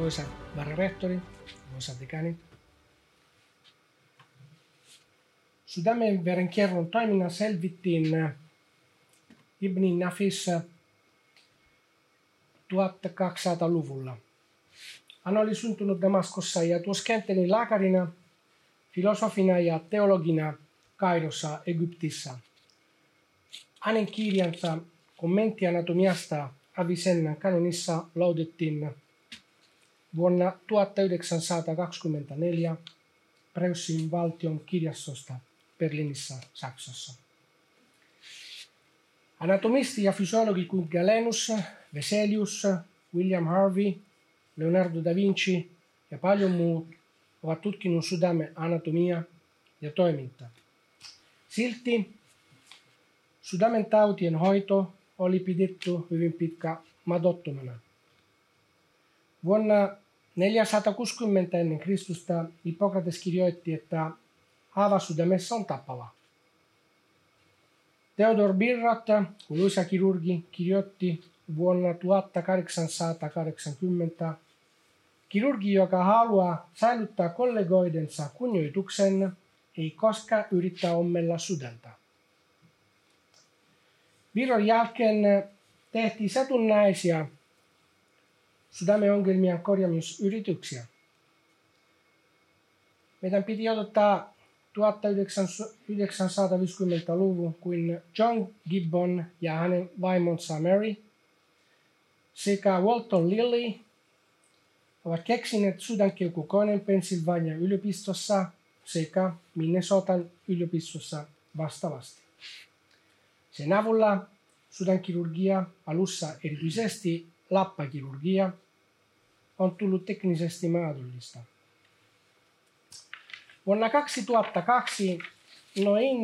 arvoisa vararehtori, arvoisa dekani. Sydämen verenkierron toiminnan selvittiin Ibn Nafis 1200-luvulla. Hän oli syntynyt Damaskossa ja työskenteli lääkärinä, filosofina ja teologina Kairossa, Egyptissä. Hänen kirjansa Kommentti anatomiasta Avicennan kanonissa laulettiin vuonna 1924 Preussin valtion kirjastosta Berliinissä, Saksassa. Anatomisti ja fysiologi kuin Galenus, Vesalius, William Harvey, Leonardo da Vinci ja paljon muut ovat tutkineet sydämen anatomia ja toimintaa. Silti sydämen tautien hoito oli pidetty hyvin pitkä mahdottomana. Vuonna 460 ennen Kristusta Hippokrates kirjoitti, että haava sydämessä on tappava. Theodor Birrat, kuuluisa kirurgi, kirjoitti vuonna 1880, kirurgi, joka haluaa säilyttää kollegoidensa kunnioituksen, ei koskaan yrittää ommella sydäntä. Viron jälkeen tehtiin satunnaisia sydämen ongelmien korjaamisyrityksiä. Meidän piti odottaa 1950-luvun, kun John Gibbon ja hänen vaimonsa Mary sekä Walton Lilly ovat keksineet sydänkeuhkokoneen Pennsylvanian yliopistossa sekä Minnesotan yliopistossa vastaavasti. Sen avulla sydänkirurgia, alussa erityisesti lappakirurgia, on tullut teknisesti mahdollista. Vuonna 2002, noin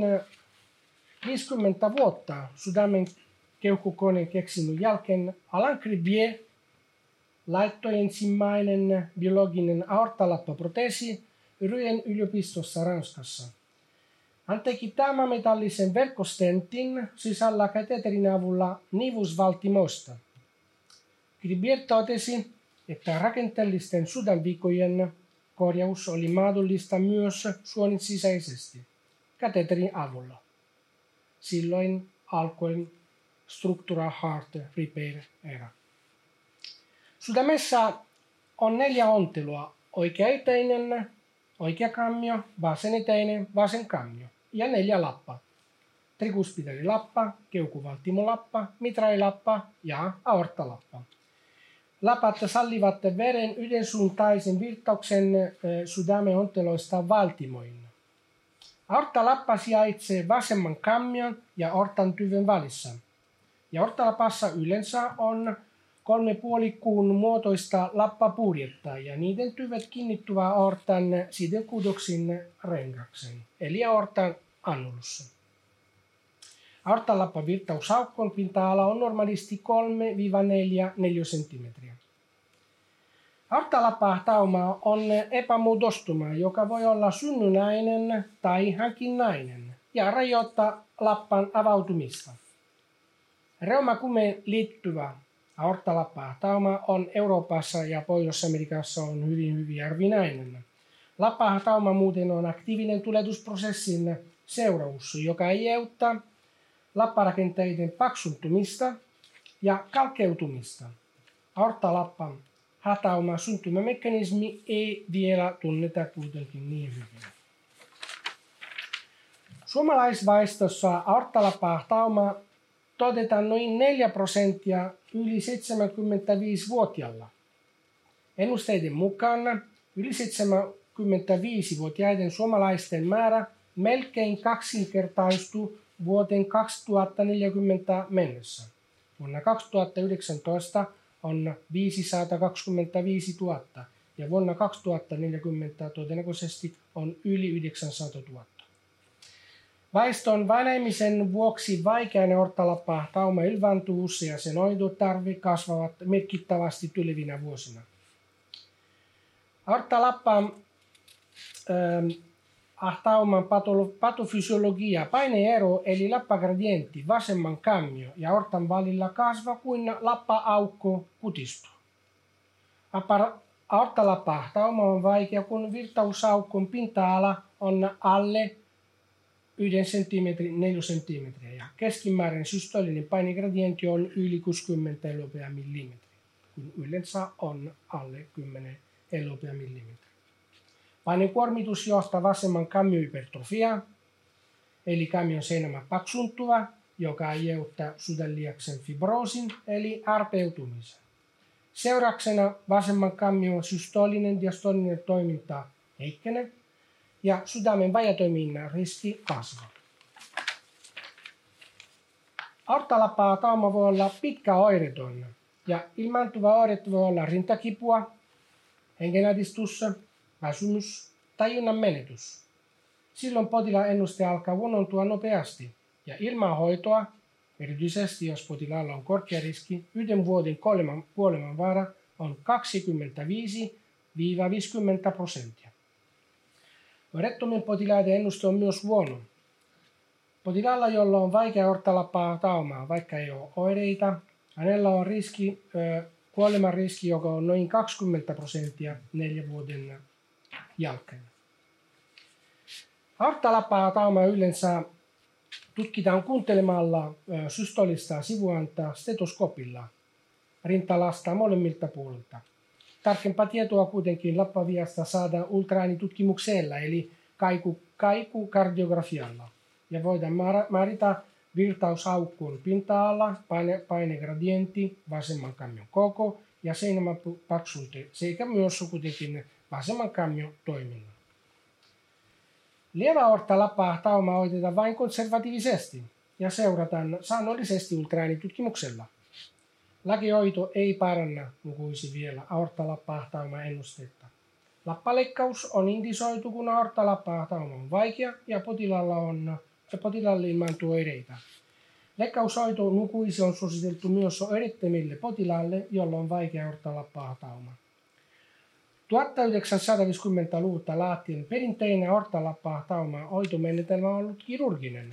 50 vuotta sydämen keuhkokoneen keksinnin jälkeen, Alain Cribier laittoi ensimmäinen biologinen aortalappaproteesi Ryen yliopistossa Ranskassa. Hän teki tämän metallisen verkkostentin sisällä kateterin avulla nivusvaltimosta. Cribier totesi, että rakenteellisten sydänvikojen korjaus oli mahdollista myös suonin sisäisesti kateterin avulla. Silloin alkoi Structural Heart Repair-era. Sydämessä on 4 ontelua: oikeaeteinen, oikea kammio, vaseneteinen, vasen kammio ja 4 lappaa: trikuspidalilappa, keuhkovaltimolappa, mitrailappa ja aortalappa. Lapat sallivat veren yhdensuuntaisen virtauksen sydämen onteloista valtimoin. Aortalappa sijaitsee vasemman kammion ja aortan tyven välissä. Ja aortalapassa yleensä on 3,5 kuun muotoista lappapurjetta ja niiden tyvet kiinnittyvät aortan sidenkudoksin rengakseen, eli aortan annulussa. Aortalappan virtausaukon pinta-ala on normaalisti 3-4 senttimetriä. Aortalappa-ahtauma on epämuodostuma, joka voi olla synnynnäinen tai hankinnainen ja rajoittaa lappan avautumista. Reumakumeen liittyvä aortalappa-ahtauma on Euroopassa ja Pohjois-Amerikassa on hyvin harvinainen. Lappa-ahtauma muuten on aktiivinen tulehdusprosessin seuraus, joka aiheuttaa lapparakenteiden paksuntumista ja kalkeutumista. Aortalappan ahtauma syntymämekanismi ei vielä tunneta kuitenkin niin hyvin. Suomalaisväestössä aortalappa-ahtauma todetaan noin 4% yli 75-vuotiailla. Ennusteiden mukaan yli 75-vuotiaiden suomalaisten määrä melkein kaksinkertaistuu vuoteen 2040 mennessä. Vuonna 2019 on 525 000 ja vuonna 2040 todennäköisesti on yli 900 000. Väestön vanhenemisen vuoksi vaikean aortalappa-ahtauma ilmaantuu ja sen hoitotarve kasvavat merkittävästi tulevina vuosina. Aortalappa-ahtauman patofysiologia, paineero eli lappagradientti, vasemman kammio ja aortan välillä kasvaa kuin lappa-aukko kutistuu. aorttalappahtauma on vaikea, kun virtausaukon pinta-ala on alle 1 senttimetrin 4 senttimetriä ja keskimääräinen systolinen painegradientti on yli 60 LP/mm, kun yleensä on alle 10 LP/mm. Painekuormitus johtaa vasemman kammiohypertrofiaan, eli kammion seinämä paksuntuva, joka aiheuttaa sydänliaksen fibroosin eli arpeutumisen. Seurauksena vasemman kammion systolinen diastolinen toiminta heikkenee ja sydämen vajatoiminnan riski kasvaa. Aorttalappahtauma voi olla pitkäoireeton ja ilmaantuva oireet voi olla rintakipua, hengenähdistys, väsymys, tajunnan menetys. Silloin potilaan ennuste alkaa huonontua nopeasti ja ilman hoitoa, erityisesti jos potilaalla on korkea riski, 1 vuoden kuoleman vaara on 25–50%. Oireettomien potilaiden ennuste on myös huono. Potilaalla, jolla on vaikea aorttalappahtauma, vaikka ei ole oireita, hänellä on kuoleman riski, joka on noin 20% 4 vuoden jälkeen. Aorttalappahtauma yleensä tutkitaan kuuntelemalla systolista sivuääntä stetoskopilla rintalasta molemmilta puolilta. Tarkempaa tietoa kuitenkin lappaviasta saadaan ultraäänitutkimuksella eli kaikukardiografialla ja voidaan määritellä virtausaukon pinta-ala, painegradientti, vasemman kammion koko ja seinämän paksuute sekä myös kuitenkin vasemman kammion toiminnan. Lievä aorttalappahtauma hoidetaan vain konservatiivisesti ja seurataan säännöllisesti ultraäänitutkimuksella. Lääkehoito ei paranna nykyisin vielä aorttalappahtauma ennustetta. Lappaleikkaus on indisoitu, kun aorttalappahtauma on vaikea ja potilaalle ilmaantuu oireita. Leikkaushoito nykyisin on suositeltu myös oireettomille potilaille, joilla on vaikea aorttalappahtauma. 1950-luvulta lähtien perinteinen aorttalappahtauma hoitomenetelmä on ollut kirurginen.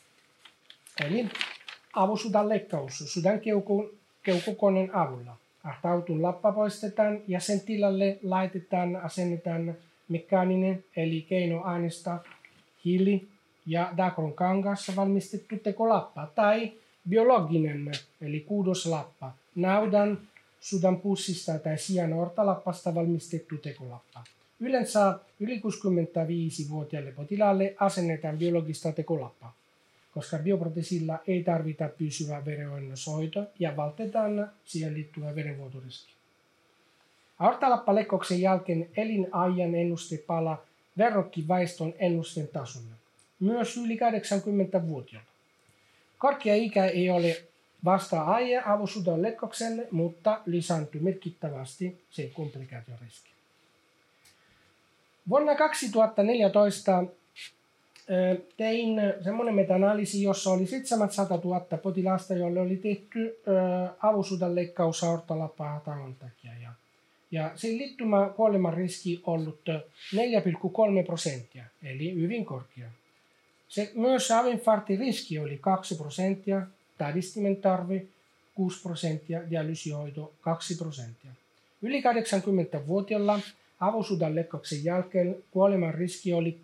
Eli avosydänleikkaus sydänkeuhkokoneen avulla. Ahtautun lappa poistetaan ja sen tilalle asennetaan mekaaninen eli keinoaineesta hiili- ja dacronkangaassa valmistettu tekolappa tai biologinen eli kudoslappa, naudan sydänpussista tai sian aorttalappasta valmistettu tekolappa. Yleensä yli 65-vuotiaille potilaalle asennetaan biologista tekolappaa, koska bioproteesilla ei tarvita pysyvää verenhuollonhoitoa ja vältetään siihen liittyvää verenvuotoriski. Aorttalappaleikkauksen jälkeen elinajan ennuste palaa verrokkiväestön ennusteen tasolle, myös yli 80-vuotiailla. Korkea ikä ei ole vasta-aie avosydänleikkaukselle, mutta lisääntyy merkittävästi sen komplikaatioriski. Vuonna 2014 tein semmoinen meta-analyysi, jossa oli 700 000 potilasta, joille oli tehty avosydänleikkaus aorttalappahtaman takia. Ja sen liittymä kuoleman riski ollut 4,3%, eli hyvin korkea. Myös aivoinfarktin riski oli 2%, tähdistimen tarve 6%, dialyysihoito 2%. Yli 80-vuotiailla avosydänleikkauksen jälkeen kuoleman riski oli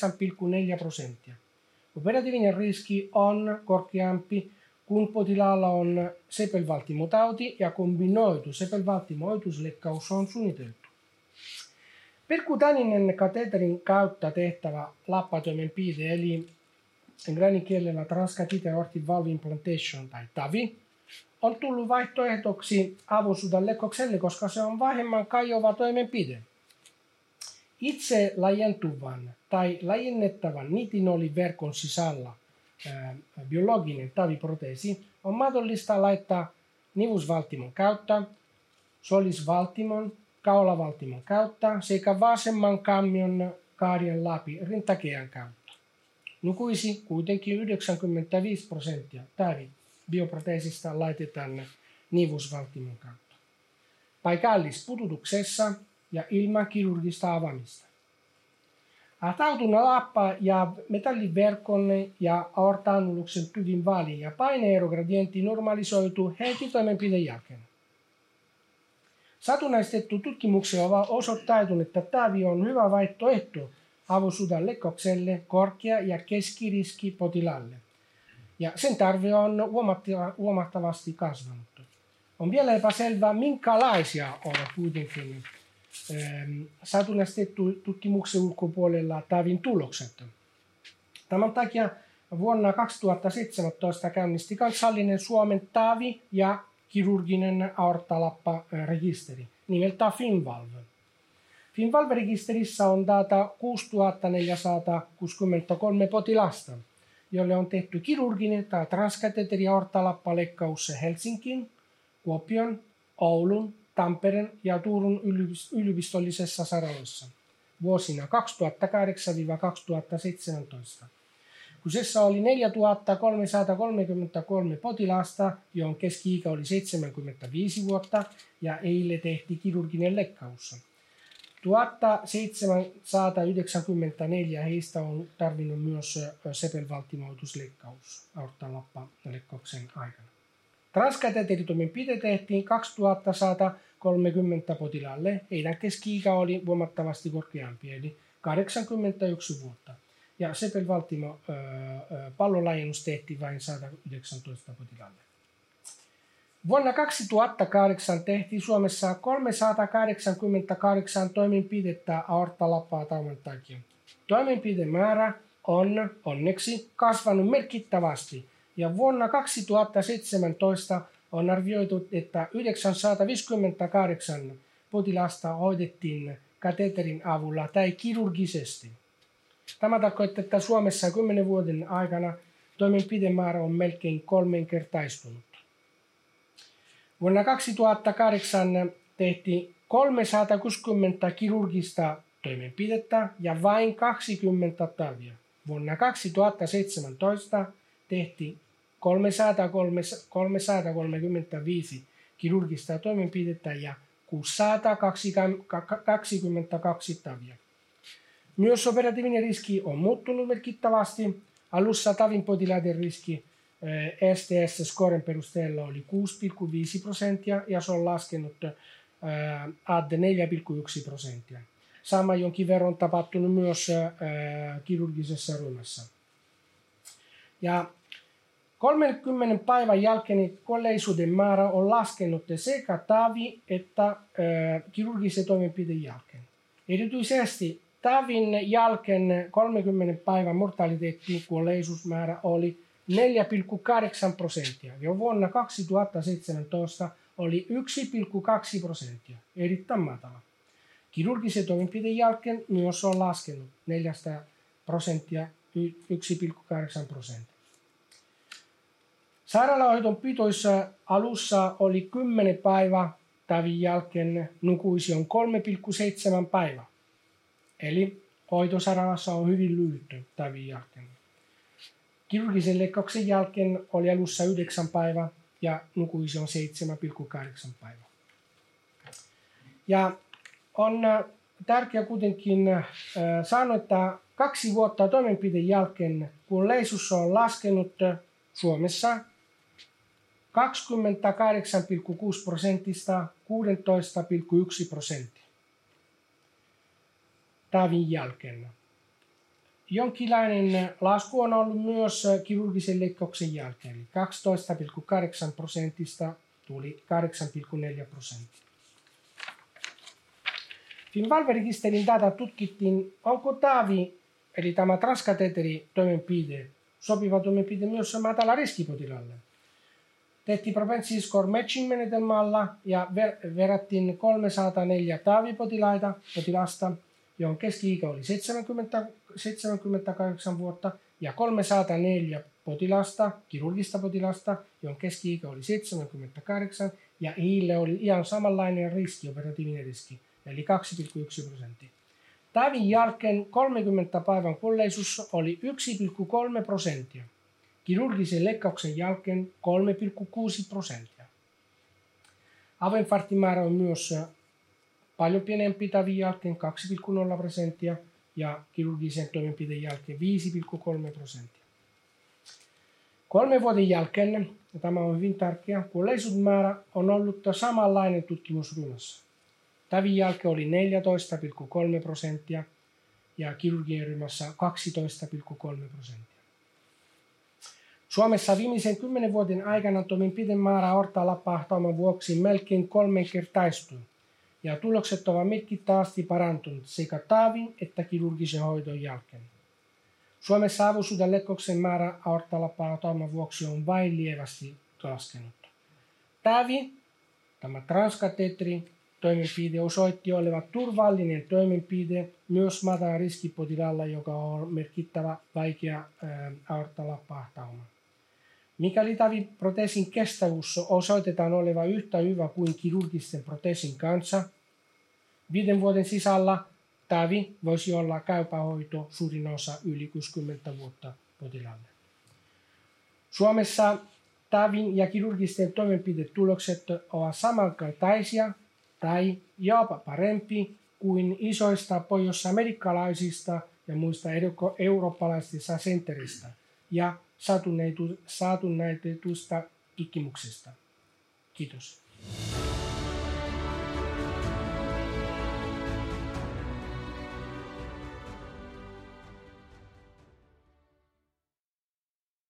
8,4%. Operatiivinen riski on korkeampi, kun potilaalla on sepelvaltimotauti ja kombinoitu sepelvaltimoitusleikkaus on suunniteltu. Perkutaaninen kateterin kautta tehtävä lappatoimenpide eli englanninkielellä transcatheter aortic valve implantation tai TAVI on tullut vaihtoehtoksi avosydänleikkaukselle, koska se on vähemmän kajoava toimenpide. Itse laajentuvan tai laajennettavan nitinoliverkon sisällä biologinen TAVI-proteesi on mahdollista laittaa nivusvaltimon kautta, solisvaltimon, kaulavaltimon kautta sekä vasemman kammion kaarien läpi rintakehän kautta. Nykyisin kuitenkin 95% TAVI-bioproteesista laitetaan nivusvaltimon kautta. Paikallispututuksessa ja ilman kirurgista avaamista. Ahtautunut lappa ja metalliverkon ja aorta-annuluksen tyvin väliin ja paineerogradientti normalisoituu heti toimenpideen jälkeen. Satunnaistettu tutkimuksia on osoittanut, että TAVI on hyvä vaihtoehto avosydänleikkaukselle korkea- ja keskiriskipotilaalle. Ja sen tarve on huomattavasti kasvanut. On vielä epäselvää, minkälaisia ovat kuitenkin satunnaistettu tutkimuksen ulkopuolella TAVin tulokset. Tämän takia vuonna 2017 käynnisti kansallinen Suomen TAVI ja kirurginen aortalappa-rekisteri nimeltä FinValve. FinValve-rekisterissä on data 6463 potilasta, joille on tehty kirurginen tai transkateeteri aortalappaleikkaus Helsingin, Kuopion, Oulun, Tampereen ja Turun yliopistollisessa sairaaloissa vuosina 2008-2017. Kyseessä oli 4333 potilasta, johon keski-ikä oli 75 vuotta ja heille tehtiin kirurginen leikkaus. 1794 heistä on tarvinnut myös sepelvaltimoitusleikkaus aortalappaleikkauksen aikana. Transkateteritoimenpide tehtiin 2130 potilaalle. Heidän keski-ikä oli huomattavasti korkeampi, eli 81 vuotta. Ja sepelvaltimo pallonlaajennus tehtiin vain 119 potilaalle. Vuonna 2008 tehtiin Suomessa 388 toimenpidettä aortalappaa trauman takia. Toimenpidemäärä on onneksi kasvanut merkittävästi ja vuonna 2017 on arvioitu, että 958 potilasta hoidettiin kateterin avulla tai kirurgisesti. Tämä tarkoittaa, että Suomessa 10 vuoden aikana toimenpidemäärä on melkein kolminkertaistunut. Vuonna 2008 tehtiin 360 kirurgista toimenpidettä ja vain 20 TAVia. Vuonna 2017 tehtiin 335 kirurgista toimenpidettä ja 622 TAVia. Myös operatiivinen riski on muuttunut merkittävästi. Alussa TAVin potilaiden riski STS-scoren perusteella oli 6,5% ja se on laskenut ad 4,1%. Sama jonkin verran tapahtunut myös kirurgisessa ryhmässä. Ja 30 päivän jälkeen kuolleisuuden määrä on laskenut sekä TAVI että kirurgisen toimenpiteen jälkeen. Erityisesti TAVin jälkeen 30 päivän mortaliteetti kuolleisuusmäärä oli 4,8% ja vuonna 2017 oli 1,2%, erittäin matala. Kirurgisen toimenpiteen jälkeen myös on laskenut 4% 1,8%. Sairaalahoidon pitoissa alussa oli 10 päivää, TAVin jälkeen nykyisin on 3,7 päivää. Eli hoitosairaalassa on hyvin lyhyt TAVin jälkeen. Kirurgisen leikkauksen jälkeen oli alussa 9 päivää ja nykyisin on 7,8 päivää. Ja on tärkeää kuitenkin sanoa, että 2 vuotta toimenpiteen jälkeen kuolleisuus on laskenut Suomessa 28,6%:sta 16,1% TAVin jälkeen. Jonkinlainen lasku on ollut myös kirurgisen leikkauksen jälkeen, eli 12,8%:sta tuli 8,4%. FinValve-rekisterin data tutkittiin, onko TAVI, eli tämä transkateteritoimenpide, sopiva toimenpide myös matala riskipotilaalle. Tehtiin propensity score matching menetelmällä ja verrattiin 304 TAVI-potilasta, johon keski-ikä oli 78 vuotta, ja 304 potilasta, kirurgista potilasta, johon keski-ikä oli 78, ja heille oli ihan samanlainen riski, operatiivinen riski, eli 2,1%. TAVin jälkeen 30 päivän kuolleisuus oli 1,3%. Kirurgisen leikkauksen jälkeen 3,6%. Avoinfarktimäärä on myös paljon pienempi TAVin jälkeen 2,0% ja kirurgisen toimenpiteen jälkeen 5,3%. 3 vuoden jälkeen, ja tämä on hyvin tärkeä, kuolleisuusmäärä on ollut samanlainen tutkimusryhmässä. TAVin jälkeen oli 14,3% ja kirurgien ryhmässä 12,3%. Suomessa viimeisen 10 vuoden aikana toimenpiteen määrä aortalapahtauman vuoksi melkein kolminkertaistui, ja tulokset ovat merkittävästi parantuneet sekä TAVin että kirurgisen hoidon jälkeen. Suomessa avosydänleikkauksen määrä aortalapahtauman vuoksi on vain lievästi laskenut. TAVi, tämä transkateeteri, toimenpide osoitti olevan turvallinen toimenpide myös matalan riskipotilaalla, joka on merkittävä vaikea aortalapahtauma. Mikäli TAVI-proteesin kestävyys osoitetaan olevan yhtä hyvä kuin kirurgisten proteesin kanssa, 5 vuoden sisällä TAVI voisi olla käypä hoito suurin osa yli 60 vuotta potilaalle. Suomessa TAVin ja kirurgisten toimenpidetulokset ovat samankaltaisia tai jopa parempi kuin isoista pohjois-amerikkalaisista ja muista eurooppalaisista senteristä ja saatuneitusta tutkimuksista. Kiitos.